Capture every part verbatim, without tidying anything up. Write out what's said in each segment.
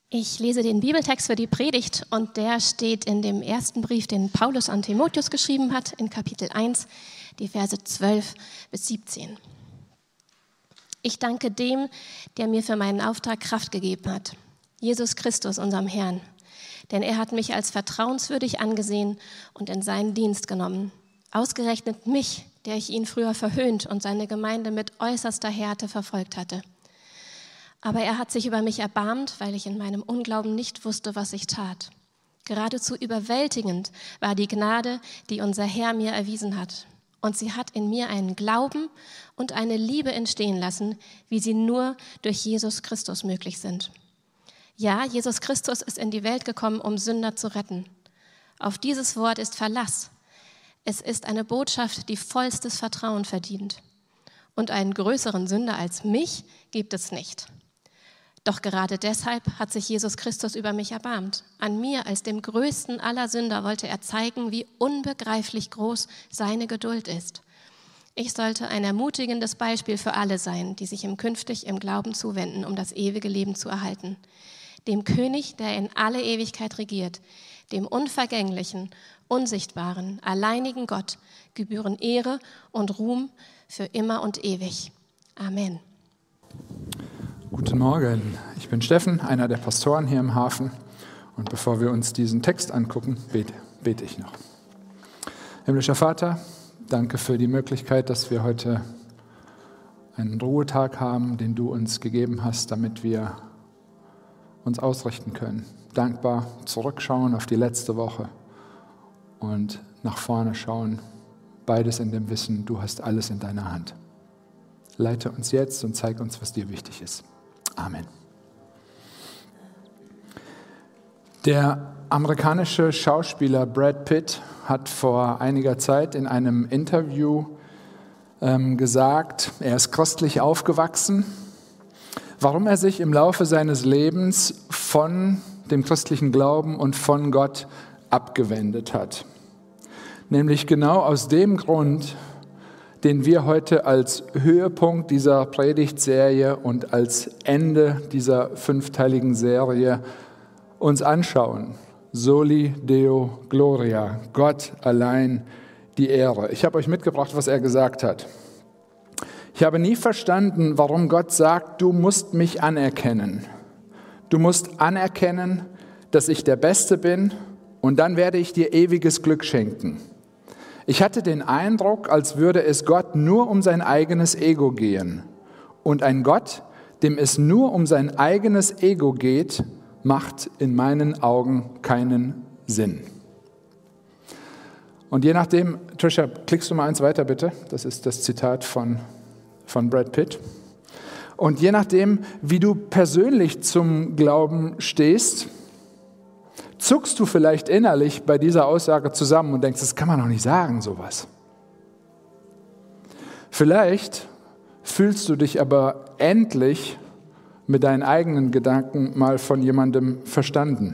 Ich lese den Bibeltext für die Predigt und der steht in dem ersten Brief, den Paulus an Timotheus geschrieben hat, in Kapitel eins, die Verse zwölf bis siebzehn. Ich danke dem, der mir für meinen Auftrag Kraft gegeben hat, Jesus Christus, unserem Herrn. Denn er hat mich als vertrauenswürdig angesehen und in seinen Dienst genommen. Ausgerechnet mich, der ich ihn früher verhöhnt und seine Gemeinde mit äußerster Härte verfolgt hatte. Aber er hat sich über mich erbarmt, weil ich in meinem Unglauben nicht wusste, was ich tat. Geradezu überwältigend war die Gnade, die unser Herr mir erwiesen hat. Und sie hat in mir einen Glauben und eine Liebe entstehen lassen, wie sie nur durch Jesus Christus möglich sind. Ja, Jesus Christus ist in die Welt gekommen, um Sünder zu retten. Auf dieses Wort ist Verlass. Es ist eine Botschaft, die vollstes Vertrauen verdient. Und einen größeren Sünder als mich gibt es nicht. Doch gerade deshalb hat sich Jesus Christus über mich erbarmt. An mir als dem größten aller Sünder wollte er zeigen, wie unbegreiflich groß seine Geduld ist. Ich sollte ein ermutigendes Beispiel für alle sein, die sich ihm künftig im Glauben zuwenden, um das ewige Leben zu erhalten. Dem König, der in alle Ewigkeit regiert, dem unvergänglichen, unsichtbaren, alleinigen Gott, gebühren Ehre und Ruhm für immer und ewig. Amen. Guten Morgen, ich bin Steffen, einer der Pastoren hier im Hafen. Und bevor wir uns diesen Text angucken, bete, bete ich noch. Himmlischer Vater, danke für die Möglichkeit, dass wir heute einen Ruhetag haben, den du uns gegeben hast, damit wir uns ausrichten können. Dankbar zurückschauen auf die letzte Woche und nach vorne schauen, beides in dem Wissen, du hast alles in deiner Hand. Leite uns jetzt und zeig uns, was dir wichtig ist. Amen. Der amerikanische Schauspieler Brad Pitt hat vor einiger Zeit in einem Interview ähm, gesagt, er ist christlich aufgewachsen, warum er sich im Laufe seines Lebens von dem christlichen Glauben und von Gott abgewendet hat. Nämlich genau aus dem Grund, den wir heute als Höhepunkt dieser Predigtserie und als Ende dieser fünfteiligen Serie uns anschauen. Soli Deo Gloria, Gott allein die Ehre. Ich habe euch mitgebracht, was er gesagt hat. Ich habe nie verstanden, warum Gott sagt, du musst mich anerkennen. Du musst anerkennen, dass ich der Beste bin und dann werde ich dir ewiges Glück schenken. Ich hatte den Eindruck, als würde es Gott nur um sein eigenes Ego gehen. Und ein Gott, dem es nur um sein eigenes Ego geht, macht in meinen Augen keinen Sinn. Und je nachdem, Trisha, klickst du mal eins weiter bitte, das ist das Zitat von, von Brad Pitt. Und je nachdem, wie du persönlich zum Glauben stehst, zuckst du vielleicht innerlich bei dieser Aussage zusammen und denkst, das kann man doch nicht sagen, sowas. Vielleicht fühlst du dich aber endlich mit deinen eigenen Gedanken mal von jemandem verstanden.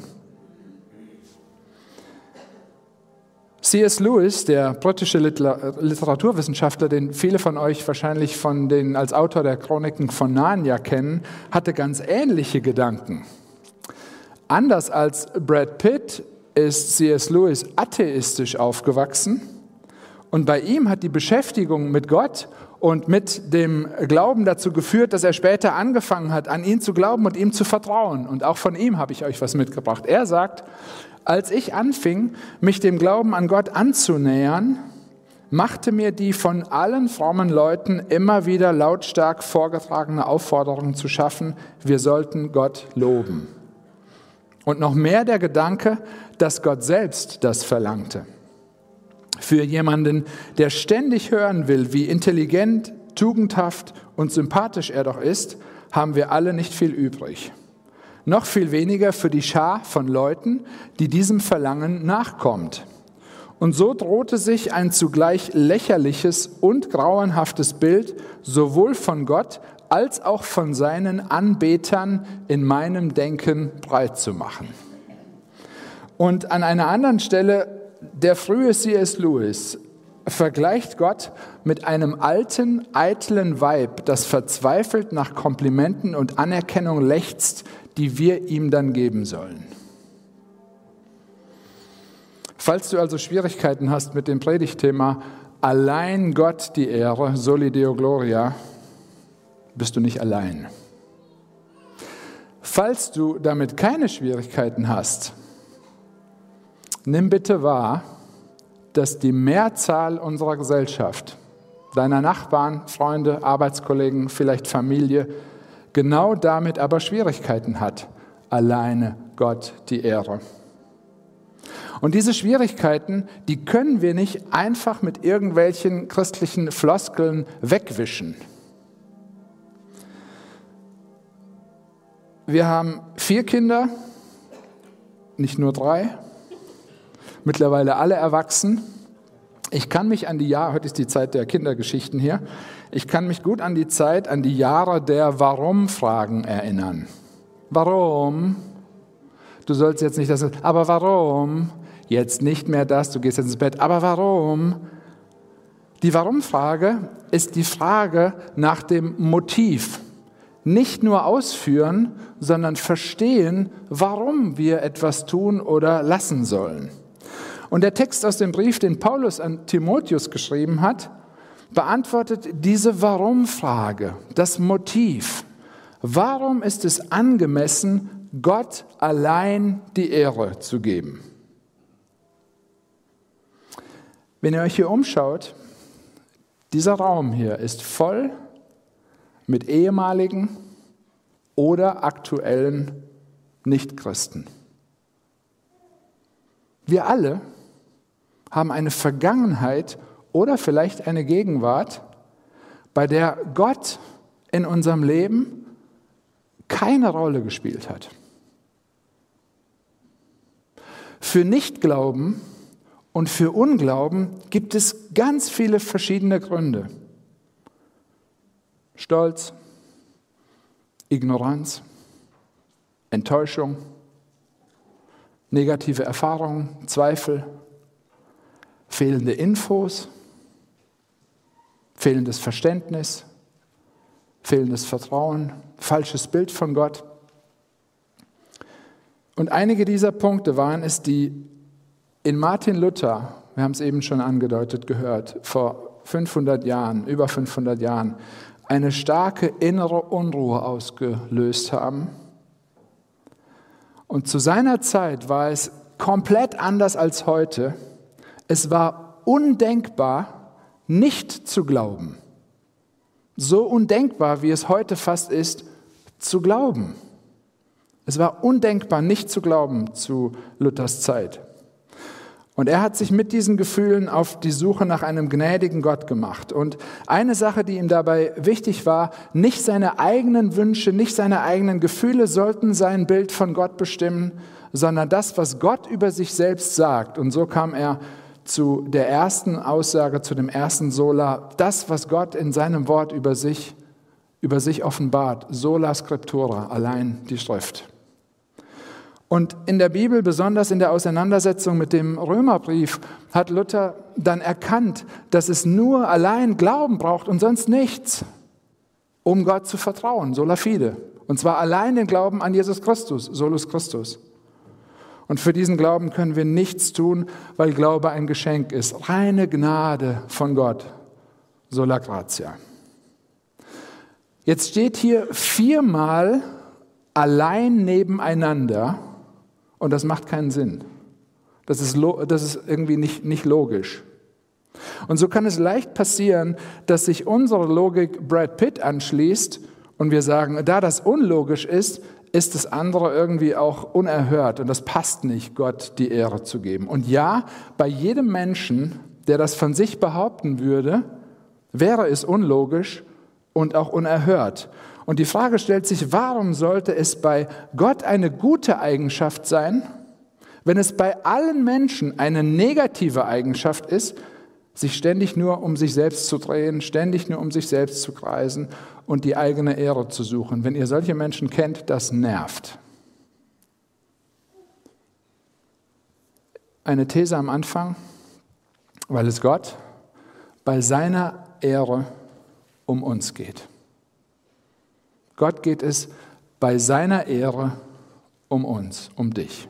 C S Lewis, der britische Literaturwissenschaftler, den viele von euch wahrscheinlich von den, als Autor der Chroniken von Narnia kennen, hatte ganz ähnliche Gedanken. Anders als Brad Pitt ist C S Lewis atheistisch aufgewachsen und bei ihm hat die Beschäftigung mit Gott und mit dem Glauben dazu geführt, dass er später angefangen hat, an ihn zu glauben und ihm zu vertrauen. Und auch von ihm habe ich euch was mitgebracht. Er sagt, als ich anfing, mich dem Glauben an Gott anzunähern, machte mir die von allen frommen Leuten immer wieder lautstark vorgetragene Aufforderung zu schaffen, wir sollten Gott loben. Und noch mehr der Gedanke, dass Gott selbst das verlangte. Für jemanden, der ständig hören will, wie intelligent, tugendhaft und sympathisch er doch ist, haben wir alle nicht viel übrig. Noch viel weniger für die Schar von Leuten, die diesem Verlangen nachkommt. Und so drohte sich ein zugleich lächerliches und grauenhaftes Bild sowohl von Gott als auch von seinen Anbetern in meinem Denken breit zu machen. Und an einer anderen Stelle, der frühe C S Lewis vergleicht Gott mit einem alten, eitlen Weib, das verzweifelt nach Komplimenten und Anerkennung lechzt, die wir ihm dann geben sollen. Falls du also Schwierigkeiten hast mit dem Predigtthema allein Gott die Ehre, Soli Deo Gloria, bist du nicht allein. Falls du damit keine Schwierigkeiten hast, nimm bitte wahr, dass die Mehrzahl unserer Gesellschaft, deiner Nachbarn, Freunde, Arbeitskollegen, vielleicht Familie, genau damit aber Schwierigkeiten hat. Alleine Gott die Ehre. Und diese Schwierigkeiten, die können wir nicht einfach mit irgendwelchen christlichen Floskeln wegwischen. Wir haben vier Kinder, nicht nur drei, mittlerweile alle erwachsen. Ich kann mich an die Jahre, heute ist die Zeit der Kindergeschichten hier, ich kann mich gut an die Zeit, an die Jahre der Warum-Fragen erinnern. Warum? Du sollst jetzt nicht das, aber warum? Jetzt nicht mehr das, du gehst jetzt ins Bett, aber warum? Die Warum-Frage ist die Frage nach dem Motiv. Nicht nur ausführen, sondern verstehen, warum wir etwas tun oder lassen sollen. Und der Text aus dem Brief, den Paulus an Timotheus geschrieben hat, beantwortet diese Warum-Frage, das Motiv. Warum ist es angemessen, Gott allein die Ehre zu geben? Wenn ihr euch hier umschaut, dieser Raum hier ist voll mit ehemaligen oder aktuellen Nichtchristen. Wir alle haben eine Vergangenheit oder vielleicht eine Gegenwart, bei der Gott in unserem Leben keine Rolle gespielt hat. Für Nichtglauben und für Unglauben gibt es ganz viele verschiedene Gründe. Stolz, Ignoranz, Enttäuschung, negative Erfahrungen, Zweifel, fehlende Infos, fehlendes Verständnis, fehlendes Vertrauen, falsches Bild von Gott. Und einige dieser Punkte waren es, die in Martin Luther, wir haben es eben schon angedeutet gehört, vor fünfhundert Jahren, über fünfhundert Jahren, eine starke innere Unruhe ausgelöst haben. Und zu seiner Zeit war es komplett anders als heute. Es war undenkbar, nicht zu glauben. So undenkbar, wie es heute fast ist, zu glauben. Es war undenkbar, nicht zu glauben zu Luthers Zeit. Und er hat sich mit diesen Gefühlen auf die Suche nach einem gnädigen Gott gemacht. Und eine Sache, die ihm dabei wichtig war, nicht seine eigenen Wünsche, nicht seine eigenen Gefühle sollten sein Bild von Gott bestimmen, sondern das, was Gott über sich selbst sagt. Und so kam er zu der ersten Aussage, zu dem ersten Sola, das, was Gott in seinem Wort über sich, über sich offenbart, sola scriptura, allein die Schrift. Und in der Bibel, besonders in der Auseinandersetzung mit dem Römerbrief, hat Luther dann erkannt, dass es nur allein Glauben braucht und sonst nichts, um Gott zu vertrauen, sola fide. Und zwar allein den Glauben an Jesus Christus, solus Christus. Und für diesen Glauben können wir nichts tun, weil Glaube ein Geschenk ist. Reine Gnade von Gott, sola gratia. Jetzt steht hier viermal allein nebeneinander. Und das macht keinen Sinn. Das ist, das ist irgendwie nicht, nicht logisch. Und so kann es leicht passieren, dass sich unsere Logik Brad Pitt anschließt und wir sagen, da das unlogisch ist, ist das andere irgendwie auch unerhört und das passt nicht, Gott die Ehre zu geben. Und ja, bei jedem Menschen, der das von sich behaupten würde, wäre es unlogisch und auch unerhört. Und die Frage stellt sich, warum sollte es bei Gott eine gute Eigenschaft sein, wenn es bei allen Menschen eine negative Eigenschaft ist, sich ständig nur um sich selbst zu drehen, ständig nur um sich selbst zu kreisen und die eigene Ehre zu suchen. Wenn ihr solche Menschen kennt, das nervt. Eine These am Anfang, weil es Gott bei seiner Ehre um uns geht. Gott geht es bei seiner Ehre um uns, um dich.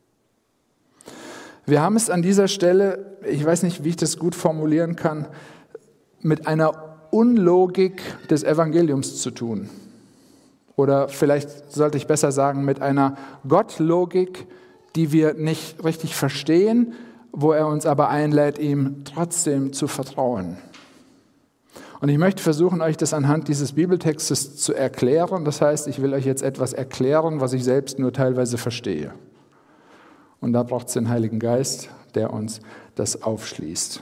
Wir haben es an dieser Stelle, ich weiß nicht, wie ich das gut formulieren kann, mit einer Unlogik des Evangeliums zu tun. Oder vielleicht sollte ich besser sagen, mit einer Gottlogik, die wir nicht richtig verstehen, wo er uns aber einlädt, ihm trotzdem zu vertrauen. Und ich möchte versuchen, euch das anhand dieses Bibeltextes zu erklären. Das heißt, ich will euch jetzt etwas erklären, was ich selbst nur teilweise verstehe. Und da braucht es den Heiligen Geist, der uns das aufschließt.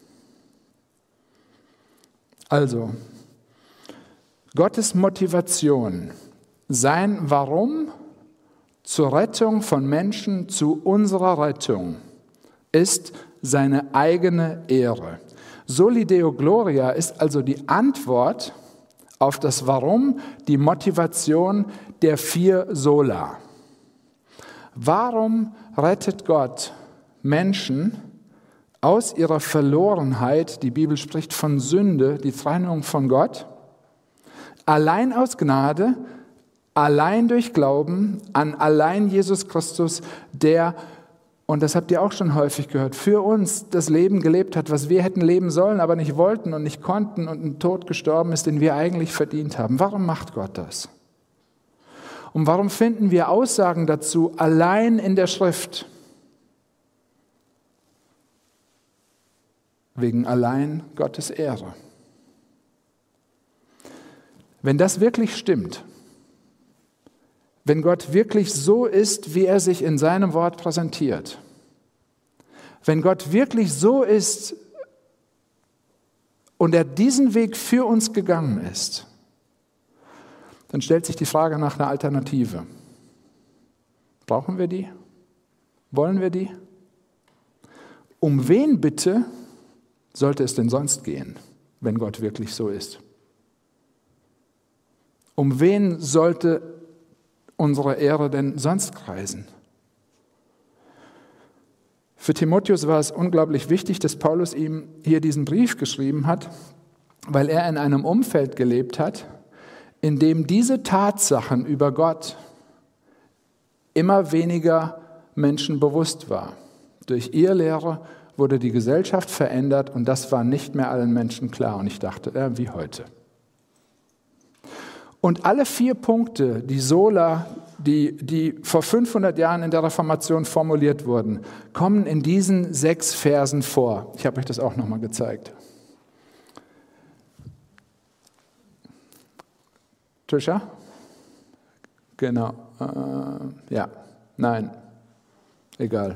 Also, Gottes Motivation, sein Warum zur Rettung von Menschen, zu unserer Rettung, ist seine eigene Ehre. Soli Deo Gloria ist also die Antwort auf das Warum, die Motivation der vier Sola. Warum rettet Gott Menschen aus ihrer Verlorenheit? Die Bibel spricht von Sünde, die Trennung von Gott. Allein aus Gnade, allein durch Glauben an allein Jesus Christus, der, und das habt ihr auch schon häufig gehört, für uns das Leben gelebt hat, was wir hätten leben sollen, aber nicht wollten und nicht konnten und einen Tod gestorben ist, den wir eigentlich verdient haben. Warum macht Gott das? Und warum finden wir Aussagen dazu allein in der Schrift? Wegen allein Gottes Ehre. Wenn das wirklich stimmt, wenn Gott wirklich so ist, wie er sich in seinem Wort präsentiert, wenn Gott wirklich so ist und er diesen Weg für uns gegangen ist, dann stellt sich die Frage nach einer Alternative. Brauchen wir die? Wollen wir die? Um wen bitte sollte es denn sonst gehen, wenn Gott wirklich so ist? Um wen sollte unsere Ehre denn sonst kreisen? Für Timotheus war es unglaublich wichtig, dass Paulus ihm hier diesen Brief geschrieben hat, weil er in einem Umfeld gelebt hat, in dem diese Tatsachen über Gott immer weniger Menschen bewusst war. Durch Irrlehre wurde die Gesellschaft verändert und das war nicht mehr allen Menschen klar. Und ich dachte, ja, wie heute. Und alle vier Punkte, die Sola, die, die vor fünfhundert Jahren in der Reformation formuliert wurden, kommen in diesen sechs Versen vor. Ich habe euch das auch nochmal gezeigt. Trisha? Genau. Äh, ja, nein, egal.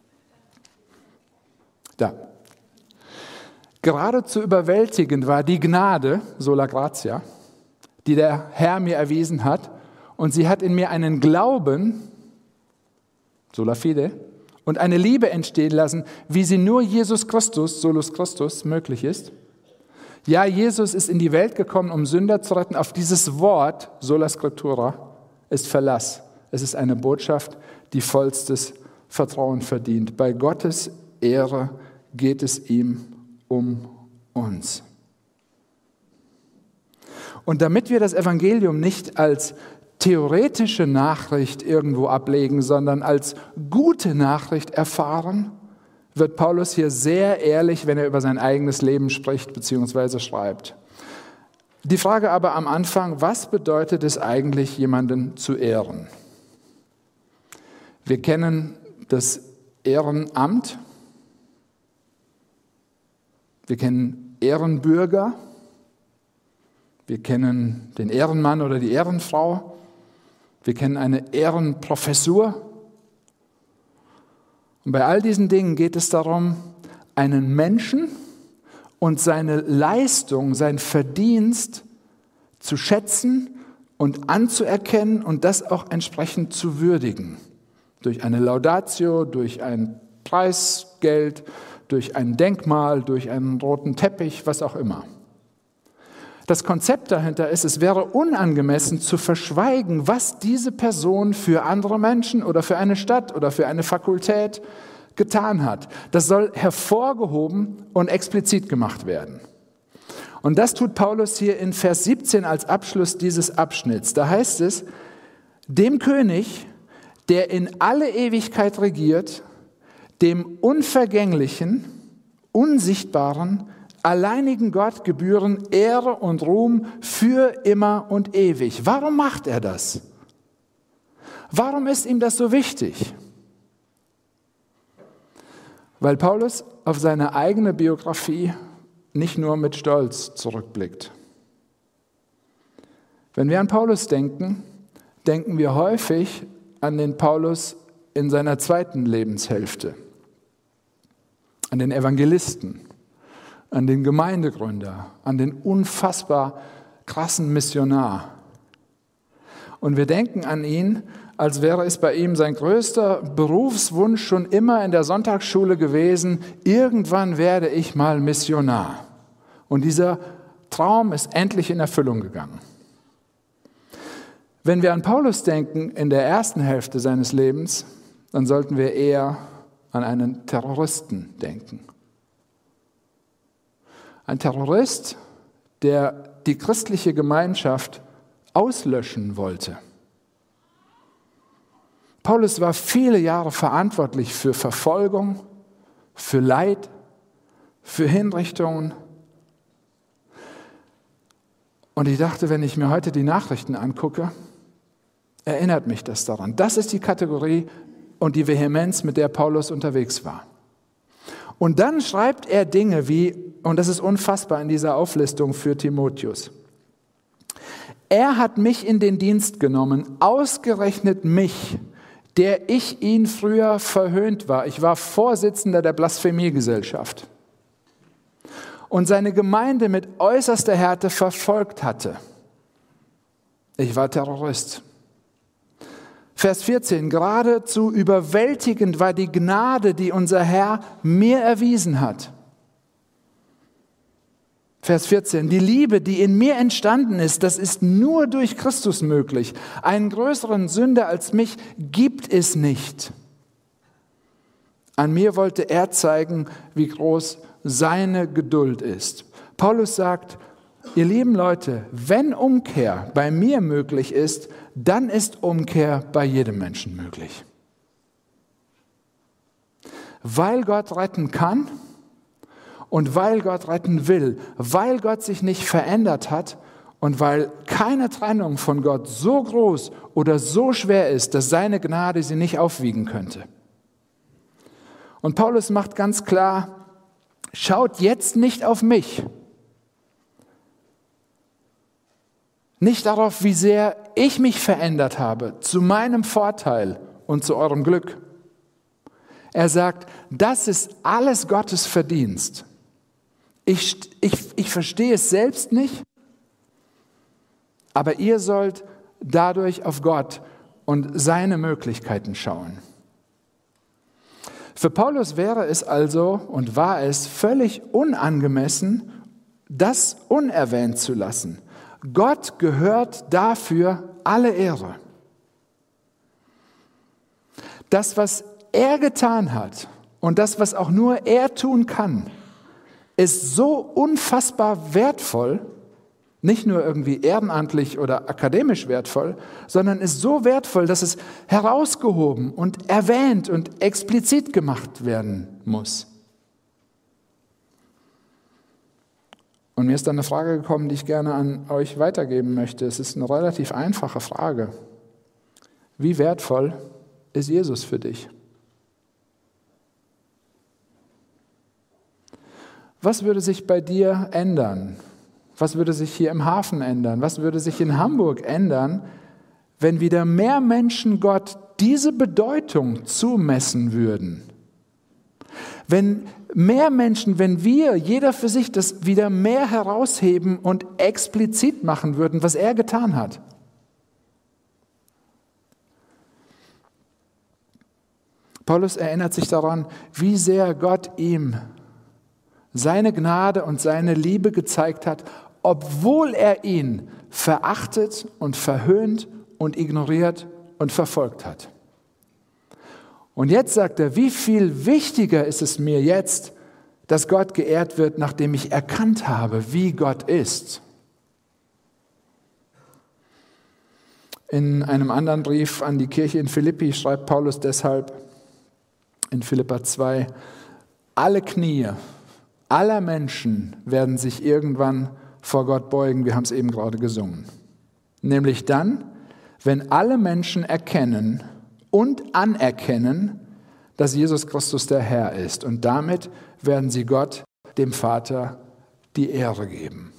Da. Geradezu überwältigend war die Gnade, sola gratia, die der Herr mir erwiesen hat, und sie hat in mir einen Glauben, sola fide, und eine Liebe entstehen lassen, wie sie nur Jesus Christus, solus Christus, möglich ist. Ja, Jesus ist in die Welt gekommen, um Sünder zu retten. Auf dieses Wort, sola scriptura, ist Verlass. Es ist eine Botschaft, die vollstes Vertrauen verdient. Bei Gottes Ehre geht es ihm um uns. Und damit wir das Evangelium nicht als theoretische Nachricht irgendwo ablegen, sondern als gute Nachricht erfahren, wird Paulus hier sehr ehrlich, wenn er über sein eigenes Leben spricht bzw. schreibt. Die Frage aber am Anfang, was bedeutet es eigentlich, jemanden zu ehren? Wir kennen das Ehrenamt, wir kennen Ehrenbürger, wir kennen den Ehrenmann oder die Ehrenfrau, wir kennen eine Ehrenprofessur. Und bei all diesen Dingen geht es darum, einen Menschen und seine Leistung, sein Verdienst zu schätzen und anzuerkennen und das auch entsprechend zu würdigen. Durch eine Laudatio, durch ein Preisgeld, durch ein Denkmal, durch einen roten Teppich, was auch immer. Das Konzept dahinter ist, es wäre unangemessen zu verschweigen, was diese Person für andere Menschen oder für eine Stadt oder für eine Fakultät getan hat. Das soll hervorgehoben und explizit gemacht werden. Und das tut Paulus hier in Vers siebzehn als Abschluss dieses Abschnitts. Da heißt es, dem König, der in alle Ewigkeit regiert, dem unvergänglichen, unsichtbaren, alleinigen Gott gebühren Ehre und Ruhm für immer und ewig. Warum macht er das? Warum ist ihm das so wichtig? Weil Paulus auf seine eigene Biografie nicht nur mit Stolz zurückblickt. Wenn wir an Paulus denken, denken wir häufig an den Paulus in seiner zweiten Lebenshälfte, an den Evangelisten, an den Gemeindegründer, an den unfassbar krassen Missionar. Und wir denken an ihn, als wäre es bei ihm sein größter Berufswunsch schon immer in der Sonntagsschule gewesen, irgendwann werde ich mal Missionar. Und dieser Traum ist endlich in Erfüllung gegangen. Wenn wir an Paulus denken in der ersten Hälfte seines Lebens, dann sollten wir eher an einen Terroristen denken. Ein Terrorist, der die christliche Gemeinschaft auslöschen wollte. Paulus war viele Jahre verantwortlich für Verfolgung, für Leid, für Hinrichtungen. Und ich dachte, wenn ich mir heute die Nachrichten angucke, erinnert mich das daran. Das ist die Kategorie und die Vehemenz, mit der Paulus unterwegs war. Und dann schreibt er Dinge wie, und das ist unfassbar in dieser Auflistung für Timotheus, er hat mich in den Dienst genommen, ausgerechnet mich, der ich ihn früher verhöhnt war. Ich war Vorsitzender der Blasphemiegesellschaft und seine Gemeinde mit äußerster Härte verfolgt hatte. Ich war Terrorist. Vers vierzehn, geradezu überwältigend war die Gnade, die unser Herr mir erwiesen hat. Vers vierzehn, die Liebe, die in mir entstanden ist, das ist nur durch Christus möglich. Einen größeren Sünder als mich gibt es nicht. An mir wollte er zeigen, wie groß seine Geduld ist. Paulus sagt, ihr lieben Leute, wenn Umkehr bei mir möglich ist, dann ist Umkehr bei jedem Menschen möglich. Weil Gott retten kann und weil Gott retten will, weil Gott sich nicht verändert hat und weil keine Trennung von Gott so groß oder so schwer ist, dass seine Gnade sie nicht aufwiegen könnte. Und Paulus macht ganz klar, schaut jetzt nicht auf mich, nicht darauf, wie sehr ich mich verändert habe, zu meinem Vorteil und zu eurem Glück. Er sagt, das ist alles Gottes Verdienst. Ich, ich, ich verstehe es selbst nicht, aber ihr sollt dadurch auf Gott und seine Möglichkeiten schauen. Für Paulus wäre es also und war es völlig unangemessen, das unerwähnt zu lassen. Gott gehört dafür alle Ehre. Das, was er getan hat und das, was auch nur er tun kann, ist so unfassbar wertvoll, nicht nur irgendwie ehrenamtlich oder akademisch wertvoll, sondern ist so wertvoll, dass es herausgehoben und erwähnt und explizit gemacht werden muss. Und mir ist dann eine Frage gekommen, die ich gerne an euch weitergeben möchte. Es ist eine relativ einfache Frage. Wie wertvoll ist Jesus für dich? Was würde sich bei dir ändern? Was würde sich hier im Hafen ändern? Was würde sich in Hamburg ändern, wenn wieder mehr Menschen Gott diese Bedeutung zumessen würden? Wenn mehr Menschen, wenn wir, jeder für sich, das wieder mehr herausheben und explizit machen würden, was er getan hat. Paulus erinnert sich daran, wie sehr Gott ihm seine Gnade und seine Liebe gezeigt hat, obwohl er ihn verachtet und verhöhnt und ignoriert und verfolgt hat. Und jetzt sagt er, wie viel wichtiger ist es mir jetzt, dass Gott geehrt wird, nachdem ich erkannt habe, wie Gott ist. In einem anderen Brief an die Kirche in Philippi schreibt Paulus deshalb in Philipper zwei, alle Knie aller Menschen werden sich irgendwann vor Gott beugen, wir haben es eben gerade gesungen. Nämlich dann, wenn alle Menschen erkennen und anerkennen, dass Jesus Christus der Herr ist. Und damit werden sie Gott, dem Vater, die Ehre geben.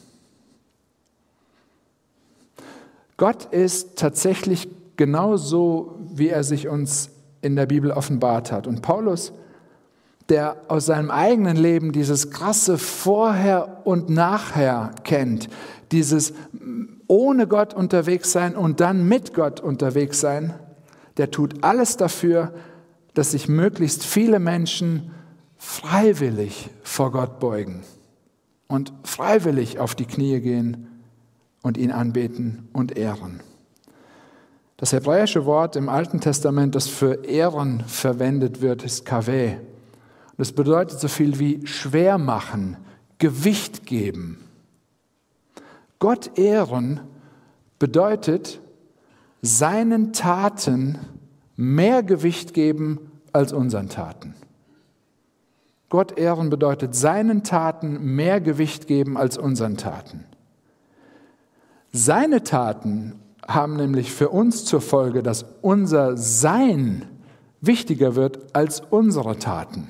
Gott ist tatsächlich genauso, wie er sich uns in der Bibel offenbart hat. Und Paulus, der aus seinem eigenen Leben dieses krasse Vorher und Nachher kennt, dieses ohne Gott unterwegs sein und dann mit Gott unterwegs sein, der tut alles dafür, dass sich möglichst viele Menschen freiwillig vor Gott beugen und freiwillig auf die Knie gehen und ihn anbeten und ehren. Das hebräische Wort im Alten Testament, das für Ehren verwendet wird, ist Kaveh. Das bedeutet so viel wie schwer machen, Gewicht geben. Gott ehren bedeutet seinen Taten mehr Gewicht geben als unseren Taten. Gott ehren bedeutet seinen Taten mehr Gewicht geben als unseren Taten. Seine Taten haben nämlich für uns zur Folge, dass unser Sein wichtiger wird als unsere Taten.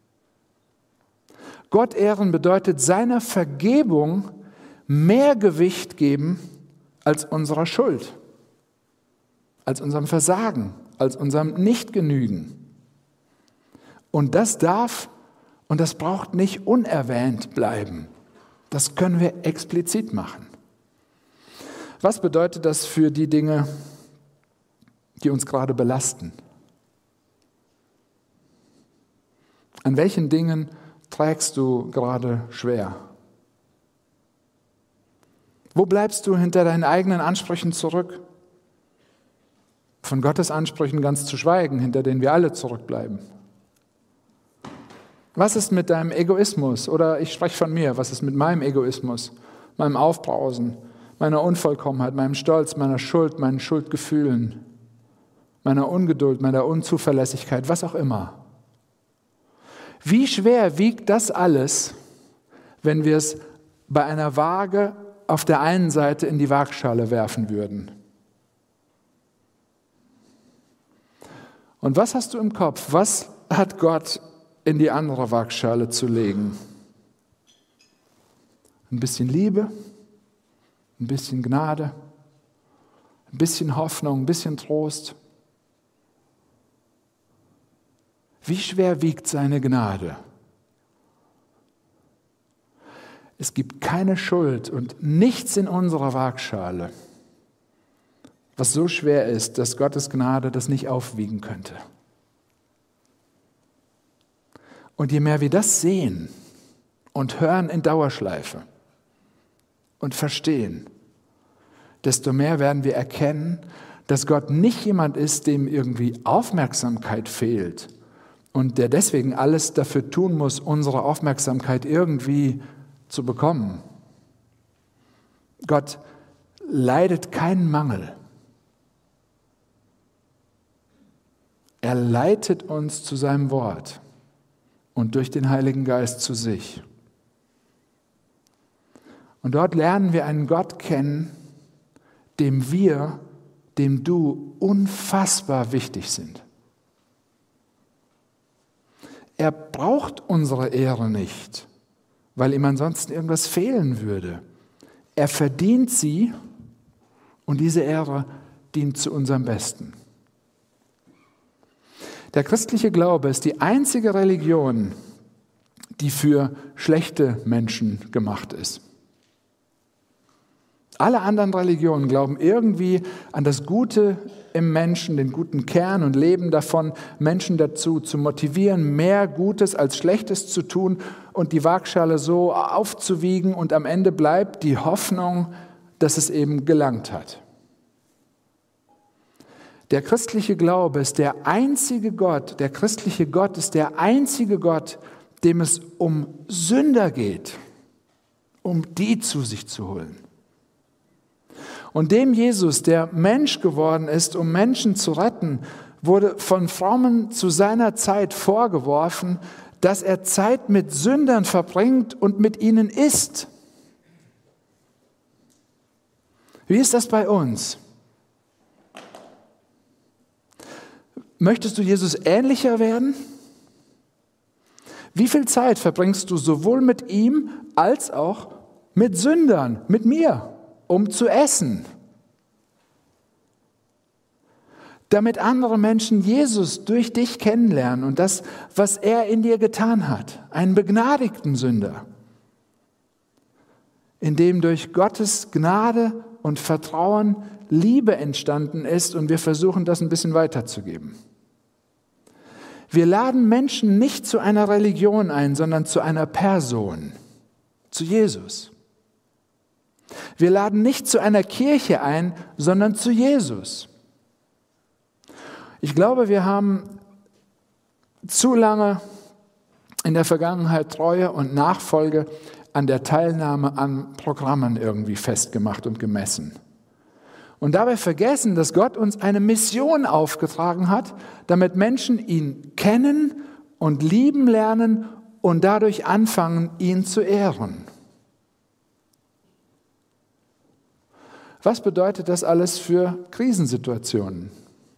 Gott ehren bedeutet seiner Vergebung mehr Gewicht geben als unserer Schuld, als unserem Versagen, als unserem Nichtgenügen. Und das darf und das braucht nicht unerwähnt bleiben. Das können wir explizit machen. Was bedeutet das für die Dinge, die uns gerade belasten? An welchen Dingen trägst du gerade schwer? Wo bleibst du hinter deinen eigenen Ansprüchen zurück? Von Gottes Ansprüchen ganz zu schweigen, hinter denen wir alle zurückbleiben. Was ist mit deinem Egoismus? Oder ich spreche von mir, was ist mit meinem Egoismus, meinem Aufbrausen, meiner Unvollkommenheit, meinem Stolz, meiner Schuld, meinen Schuldgefühlen, meiner Ungeduld, meiner Unzuverlässigkeit, was auch immer? Wie schwer wiegt das alles, wenn wir es bei einer Waage auf der einen Seite in die Waagschale werfen würden? Und was hast du im Kopf? Was hat Gott in die andere Waagschale zu legen? Ein bisschen Liebe, ein bisschen Gnade, ein bisschen Hoffnung, ein bisschen Trost. Wie schwer wiegt seine Gnade? Es gibt keine Schuld und nichts in unserer Waagschale, was so schwer ist, dass Gottes Gnade das nicht aufwiegen könnte. Und je mehr wir das sehen und hören in Dauerschleife und verstehen, desto mehr werden wir erkennen, dass Gott nicht jemand ist, dem irgendwie Aufmerksamkeit fehlt und der deswegen alles dafür tun muss, unsere Aufmerksamkeit irgendwie zu bekommen. Gott leidet keinen Mangel. Er leitet uns zu seinem Wort und durch den Heiligen Geist zu sich. Und dort lernen wir einen Gott kennen, dem wir, dem du unfassbar wichtig sind. Er braucht unsere Ehre nicht, weil ihm ansonsten irgendwas fehlen würde. Er verdient sie und diese Ehre dient zu unserem Besten. Der christliche Glaube ist die einzige Religion, die für schlechte Menschen gemacht ist. Alle anderen Religionen glauben irgendwie an das Gute im Menschen, den guten Kern und leben davon, Menschen dazu zu motivieren, mehr Gutes als Schlechtes zu tun und die Waagschale so aufzuwiegen und am Ende bleibt die Hoffnung, dass es eben gelangt hat. Der christliche Glaube ist der einzige Gott, der christliche Gott ist der einzige Gott, dem es um Sünder geht, um die zu sich zu holen. Und dem Jesus, der Mensch geworden ist, um Menschen zu retten, wurde von Frommen zu seiner Zeit vorgeworfen, dass er Zeit mit Sündern verbringt und mit ihnen isst. Wie ist das bei uns? Möchtest du Jesus ähnlicher werden? Wie viel Zeit verbringst du sowohl mit ihm als auch mit Sündern, mit mir, um zu essen? Damit andere Menschen Jesus durch dich kennenlernen und das, was er in dir getan hat, einen begnadigten Sünder, in dem durch Gottes Gnade und Vertrauen Liebe entstanden ist und wir versuchen, das ein bisschen weiterzugeben. Wir laden Menschen nicht zu einer Religion ein, sondern zu einer Person, zu Jesus. Wir laden nicht zu einer Kirche ein, sondern zu Jesus. Ich glaube, wir haben zu lange in der Vergangenheit Treue und Nachfolge an der Teilnahme an Programmen irgendwie festgemacht und gemessen. Und dabei vergessen, dass Gott uns eine Mission aufgetragen hat, damit Menschen ihn kennen und lieben lernen und dadurch anfangen, ihn zu ehren. Was bedeutet das alles für Krisensituationen?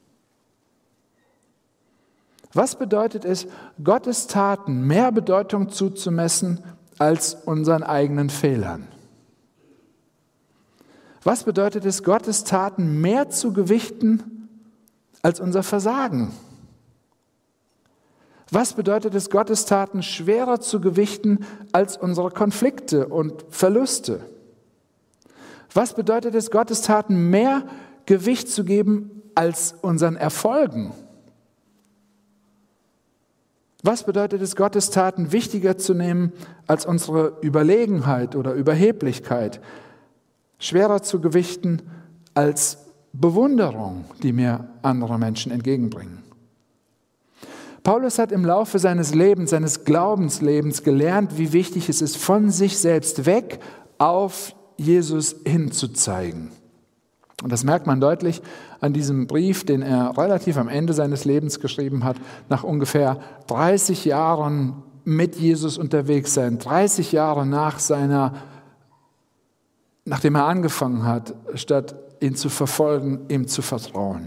Was bedeutet es, Gottes Taten mehr Bedeutung zuzumessen als unseren eigenen Fehlern? Was bedeutet es, Gottes Taten mehr zu gewichten als unser Versagen? Was bedeutet es, Gottes Taten schwerer zu gewichten als unsere Konflikte und Verluste? Was bedeutet es, Gottes Taten mehr Gewicht zu geben als unseren Erfolgen? Was bedeutet es, Gottes Taten wichtiger zu nehmen als unsere Überlegenheit oder Überheblichkeit? Schwerer zu gewichten als Bewunderung, die mir andere Menschen entgegenbringen. Paulus hat im Laufe seines Lebens, seines Glaubenslebens gelernt, wie wichtig es ist, von sich selbst weg auf Jesus hinzuzeigen. Und das merkt man deutlich an diesem Brief, den er relativ am Ende seines Lebens geschrieben hat, nach ungefähr dreißig Jahren mit Jesus unterwegs sein, dreißig Jahre nach seiner, nachdem er angefangen hat, statt ihn zu verfolgen, ihm zu vertrauen.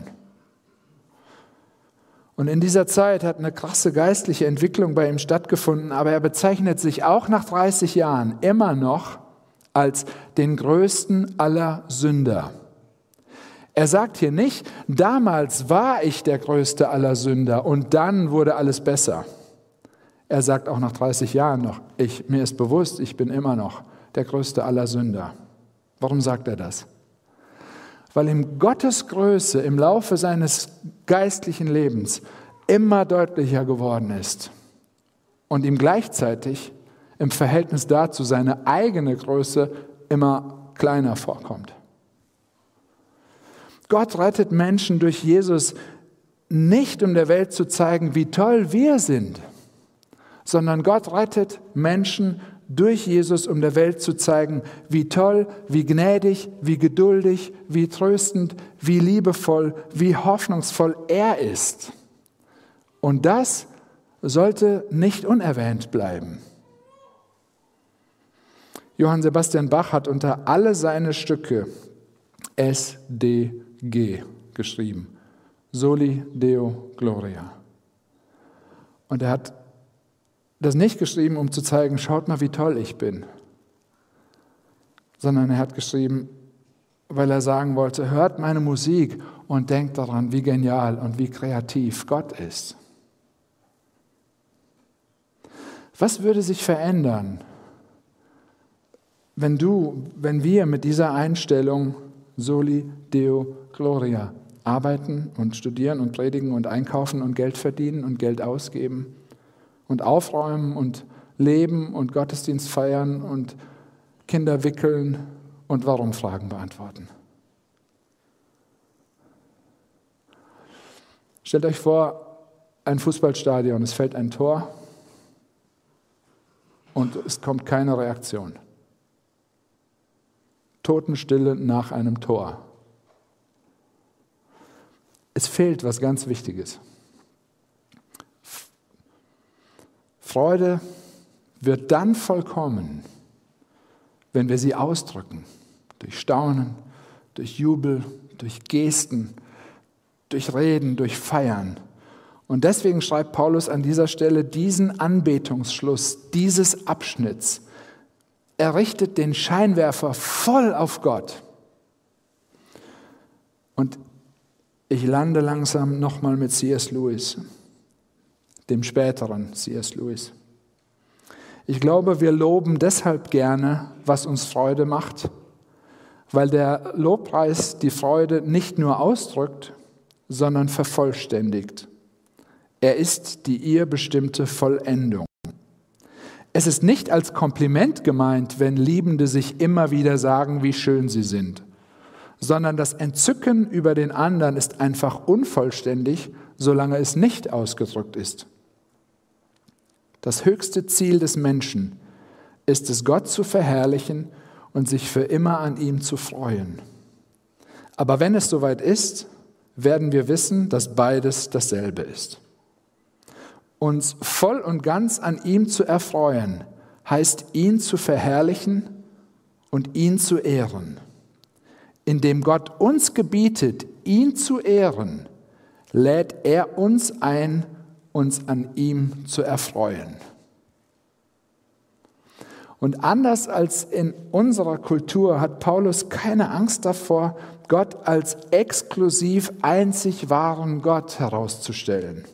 Und in dieser Zeit hat eine krasse geistliche Entwicklung bei ihm stattgefunden, aber er bezeichnet sich auch nach dreißig Jahren immer noch als den größten aller Sünder. Er sagt hier nicht, damals war ich der größte aller Sünder und dann wurde alles besser. Er sagt auch nach dreißig Jahren noch, ich, mir ist bewusst, ich bin immer noch der größte aller Sünder. Warum sagt er das? Weil ihm Gottes Größe im Laufe seines geistlichen Lebens immer deutlicher geworden ist und ihm gleichzeitig im Verhältnis dazu seine eigene Größe immer kleiner vorkommt. Gott rettet Menschen durch Jesus nicht, um der Welt zu zeigen, wie toll wir sind, sondern Gott rettet Menschen durch Jesus, um der Welt zu zeigen, wie toll, wie gnädig, wie geduldig, wie tröstend, wie liebevoll, wie hoffnungsvoll er ist. Und das sollte nicht unerwähnt bleiben. Johann Sebastian Bach hat unter alle seine Stücke S D G geschrieben. Soli Deo Gloria. Und er hat das nicht geschrieben, um zu zeigen, schaut mal, wie toll ich bin, sondern er hat geschrieben, weil er sagen wollte, hört meine Musik und denkt daran, wie genial und wie kreativ Gott ist. Was würde sich verändern, wenn du, wenn wir mit dieser Einstellung Soli Deo Gloria arbeiten und studieren und predigen und einkaufen und Geld verdienen und Geld ausgeben und aufräumen und leben und Gottesdienst feiern und Kinder wickeln und Warum-Fragen beantworten? Stellt euch vor, ein Fußballstadion, es fällt ein Tor und es kommt keine Reaktion. Totenstille nach einem Tor. Es fehlt was ganz Wichtiges. Freude wird dann vollkommen, wenn wir sie ausdrücken. Durch Staunen, durch Jubel, durch Gesten, durch Reden, durch Feiern. Und deswegen schreibt Paulus an dieser Stelle diesen Anbetungsschluss dieses Abschnitts. Er richtet den Scheinwerfer voll auf Gott. Und ich lande langsam nochmal mit C S Lewis, dem späteren C S Lewis. Ich glaube, wir loben deshalb gerne, was uns Freude macht, weil der Lobpreis die Freude nicht nur ausdrückt, sondern vervollständigt. Er ist die ihr bestimmte Vollendung. Es ist nicht als Kompliment gemeint, wenn Liebende sich immer wieder sagen, wie schön sie sind, sondern das Entzücken über den anderen ist einfach unvollständig, solange es nicht ausgedrückt ist. Das höchste Ziel des Menschen ist es, Gott zu verherrlichen und sich für immer an ihm zu freuen. Aber wenn es soweit ist, werden wir wissen, dass beides dasselbe ist. Uns voll und ganz an ihm zu erfreuen, heißt ihn zu verherrlichen und ihn zu ehren. Indem Gott uns gebietet, ihn zu ehren, lädt er uns ein, uns an ihm zu erfreuen. Und anders als in unserer Kultur hat Paulus keine Angst davor, Gott als exklusiv einzig wahren Gott herauszustellen.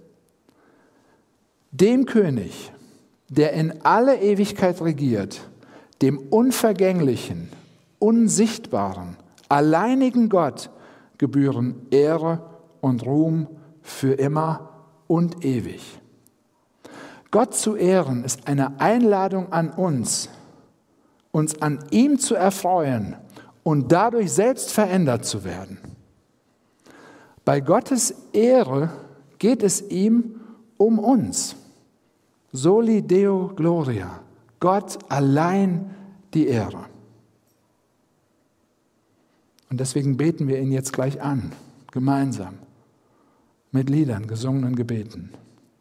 Dem König, der in alle Ewigkeit regiert, dem unvergänglichen, unsichtbaren, alleinigen Gott gebühren Ehre und Ruhm für immer und ewig. Gott zu ehren ist eine Einladung an uns, uns an ihm zu erfreuen und dadurch selbst verändert zu werden. Bei Gottes Ehre geht es ihm um uns. Soli Deo Gloria, Gott allein die Ehre. Und deswegen beten wir ihn jetzt gleich an, gemeinsam, mit Liedern, gesungenen Gebeten.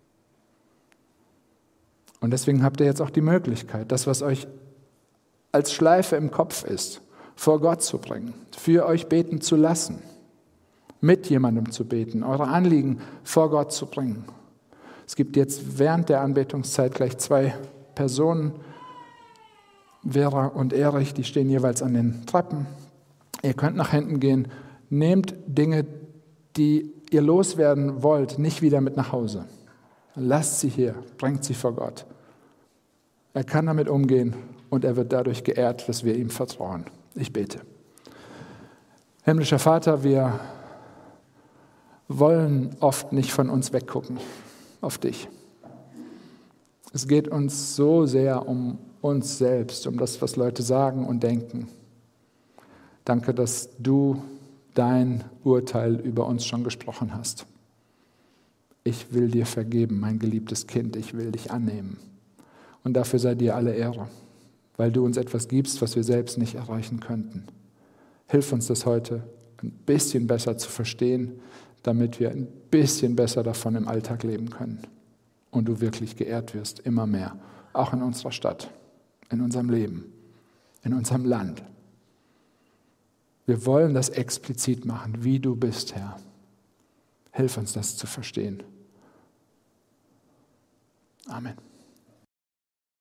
Und deswegen habt ihr jetzt auch die Möglichkeit, das, was euch als Schleife im Kopf ist, vor Gott zu bringen, für euch beten zu lassen, mit jemandem zu beten, eure Anliegen vor Gott zu bringen. Es gibt jetzt während der Anbetungszeit gleich zwei Personen, Vera und Erich, die stehen jeweils an den Treppen. Ihr könnt nach hinten gehen, nehmt Dinge, die ihr loswerden wollt, nicht wieder mit nach Hause. Lasst sie hier, bringt sie vor Gott. Er kann damit umgehen und er wird dadurch geehrt, dass wir ihm vertrauen. Ich bete. Himmlischer Vater, wir wollen oft nicht von uns weggucken, auf dich. Es geht uns so sehr um uns selbst, um das, was Leute sagen und denken. Danke, dass du dein Urteil über uns schon gesprochen hast. Ich will dir vergeben, mein geliebtes Kind, ich will dich annehmen. Und dafür sei dir alle Ehre, weil du uns etwas gibst, was wir selbst nicht erreichen könnten. Hilf uns das heute ein bisschen besser zu verstehen, damit wir ein bisschen besser davon im Alltag leben können. Und du wirklich geehrt wirst, immer mehr, auch in unserer Stadt, in unserem Leben, in unserem Land. Wir wollen das explizit machen, wie du bist, Herr. Hilf uns, das zu verstehen. Amen.